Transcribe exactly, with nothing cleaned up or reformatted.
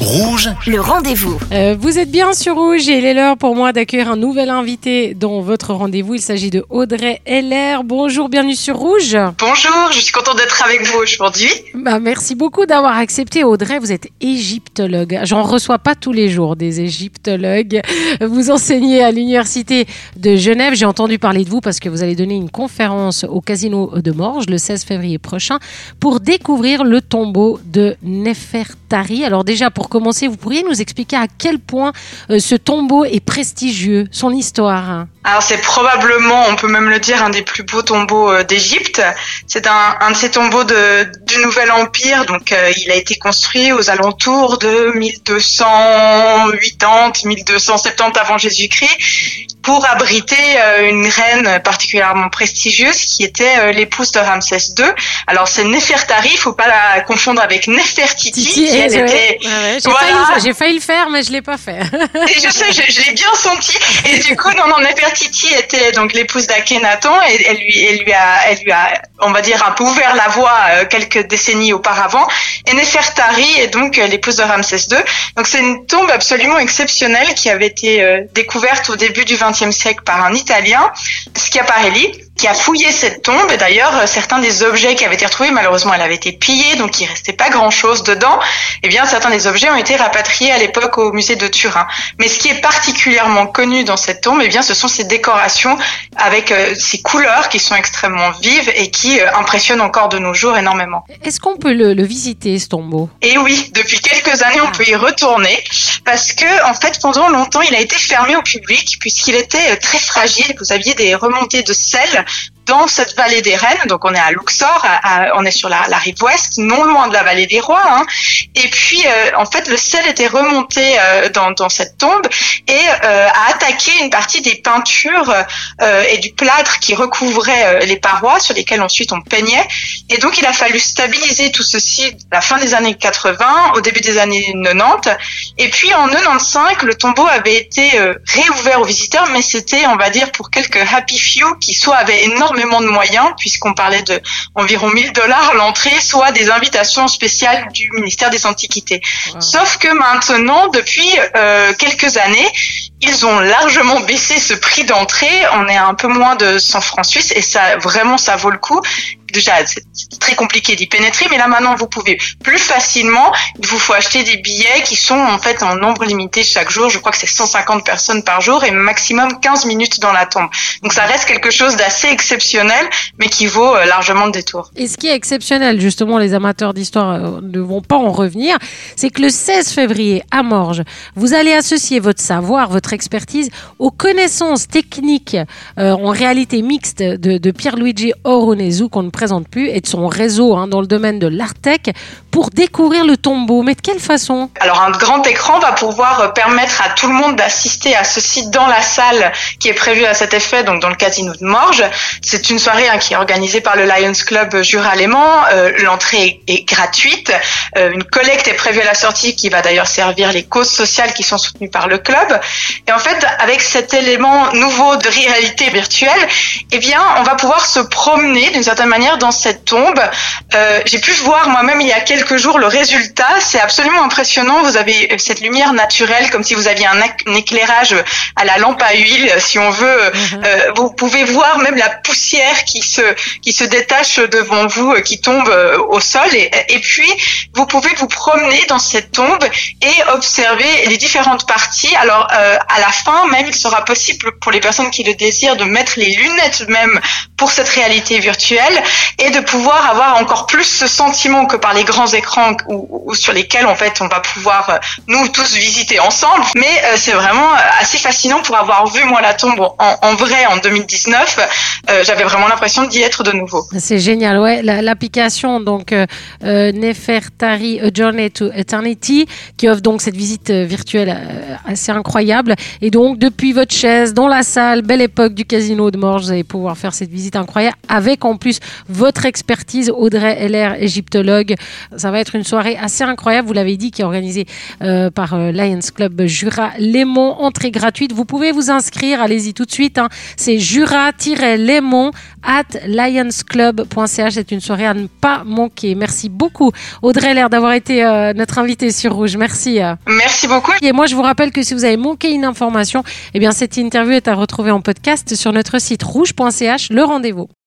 Rouge, le rendez-vous. Euh, vous êtes bien sur Rouge et il est l'heure pour moi d'accueillir un nouvel invité dans votre rendez-vous. Il s'agit de Audrey Heller. Bonjour, bienvenue sur Rouge. Bonjour, je suis contente d'être avec vous aujourd'hui. Bah, merci beaucoup d'avoir accepté. Audrey, vous êtes égyptologue. J'en reçois pas tous les jours des égyptologues. Vous enseignez à l'université de Genève. J'ai entendu parler de vous parce que vous allez donner une conférence au Casino de Morges le seize février prochain pour découvrir le tombeau de Néfertari. Alors déjà, pour commencer, vous pourriez nous expliquer à quel point euh, ce tombeau est prestigieux, son histoire. Alors c'est probablement, on peut même le dire, un des plus beaux tombeaux euh, d'Égypte. C'est un, un de ces tombeaux de, du Nouvel Empire, donc euh, il a été construit aux alentours de mille deux cent quatre-vingts, mille deux cent soixante-dix avant Jésus-Christ, pour abriter euh, une reine particulièrement prestigieuse qui était euh, l'épouse de Ramsès deux. Alors c'est Néfertari, il faut pas la confondre avec Néfertiti, Titi, qui elle ouais, était... ouais, ouais, j'ai, voilà. failli, j'ai failli le faire, mais je l'ai pas fait. Et je sais, je, je l'ai bien senti. Et du coup, non, non, Néfertiti était donc l'épouse d'Akhénaton et elle lui, elle lui a, elle lui a, on va dire, un peu ouvert la voie euh, quelques décennies auparavant. Et Néfertari est donc euh, l'épouse de Ramsès deux. Donc c'est une tombe absolument exceptionnelle qui avait été euh, découverte au début du vingtième siècle par un Italien, Schiaparelli, qui a fouillé cette tombe. Et d'ailleurs, certains des objets qui avaient été retrouvés, malheureusement, elle avait été pillée, donc il restait pas grand-chose dedans. Eh bien, certains des objets ont été rapatriés à l'époque au musée de Turin. Mais ce qui est particulièrement connu dans cette tombe, eh bien, ce sont ces décorations avec euh, ces couleurs qui sont extrêmement vives et qui euh, impressionnent encore de nos jours énormément. Est-ce qu'on peut le, le visiter, ce tombeau ? Et oui, depuis quelques années, on peut y retourner parce que, en fait, pendant longtemps, il a été fermé au public puisqu'il était très fragile. Vous aviez des remontées de sel dans cette vallée des Reines, donc on est à Luxor, à, à, on est sur la, la rive ouest, non loin de la vallée des Rois, hein. Et puis euh, en fait le sel était remonté euh, dans, dans cette tombe et euh, a attaqué une partie des peintures euh, et du plâtre qui recouvrait euh, les parois sur lesquelles ensuite on peignait. Et donc il a fallu stabiliser tout ceci à la fin des années quatre-vingts, au début des années quatre-vingt-dix. Et puis en quatre-vingt-quinze, le tombeau avait été euh, réouvert aux visiteurs, mais c'était, on va dire, pour quelques happy few qui soit avaient énormément de moyens, puisqu'on parlait de environ mille dollars l'entrée, soit des invitations spéciales du ministère des Antiquités. Wow. Sauf que maintenant, depuis euh, quelques années, ils ont largement baissé ce prix d'entrée. On est à un peu moins de cent francs suisses et ça, vraiment, ça vaut le coup. Déjà, c'est très compliqué d'y pénétrer, mais là maintenant vous pouvez plus facilement. Il vous faut acheter des billets qui sont en fait en nombre limité chaque jour. Je crois que c'est cent cinquante personnes par jour et maximum quinze minutes dans la tombe. Donc ça reste quelque chose d'assez exceptionnel, mais qui vaut largement le détour. Et ce qui est exceptionnel, justement, les amateurs d'histoire ne vont pas en revenir, c'est que le seize février à Morges, vous allez associer votre savoir, votre expertise aux connaissances techniques euh, en réalité mixte de, de Pierluigi Oronesu, qu'on ne présente plus, et de son réseau hein, dans le domaine de l'Artec pour découvrir le tombeau. Mais de quelle façon ? Alors un grand écran va pouvoir permettre à tout le monde d'assister à ceci dans la salle qui est prévue à cet effet, donc dans le casino de Morges. C'est une soirée hein, qui est organisée par le Lions Club Jura-Léman. Euh, l'entrée est, est gratuite. Euh, une collecte est prévue à la sortie qui va d'ailleurs servir les causes sociales qui sont soutenues par le club. Et en fait, avec cet élément nouveau de réalité virtuelle, eh bien, on va pouvoir se promener d'une certaine manière dans cette tombe. Euh, j'ai pu voir moi-même il y a quelques jours le résultat. C'est absolument impressionnant. Vous avez cette lumière naturelle comme si vous aviez un, un éclairage à la lampe à huile, si on veut. Mm-hmm. Euh, vous pouvez voir même la poussière qui se qui se détache devant vous, qui tombe euh, au sol. Et, et puis, vous pouvez vous promener dans cette tombe et observer les différentes parties. Alors, euh, à la fin, même, il sera possible pour les personnes qui le désirent de mettre les lunettes même pour cette réalité virtuelle et de pouvoir avoir encore plus ce sentiment que par les grands écrans ou, ou sur lesquels en fait on va pouvoir euh, nous tous visiter ensemble. Mais euh, c'est vraiment assez fascinant pour avoir vu moi la tombe en, en vrai en deux mille dix-neuf. Euh, j'avais vraiment l'impression d'y être de nouveau. C'est génial, ouais. La, l'application donc euh, euh, Néfertari A Journey to Eternity qui offre donc cette visite virtuelle euh, assez incroyable. Et donc depuis votre chaise dans la salle, belle époque du casino de Morges, vous allez pouvoir faire cette visite incroyable avec en plus votre expertise, Audrey Heller, égyptologue. Ça va être une soirée assez incroyable, vous l'avez dit, qui est organisée euh, par euh, Lions Club Jura-Lémont, entrée gratuite. Vous pouvez vous inscrire, allez-y tout de suite, hein. C'est jura-lémont at lionsclub point c h. C'est une soirée à ne pas manquer. Merci beaucoup, Audrey Heller, d'avoir été euh, notre invitée sur Rouge. Merci. Merci beaucoup. Et moi, je vous rappelle que si vous avez manqué une information, eh bien, cette interview est à retrouver en podcast sur notre site rouge point c h. Le rendez-vous.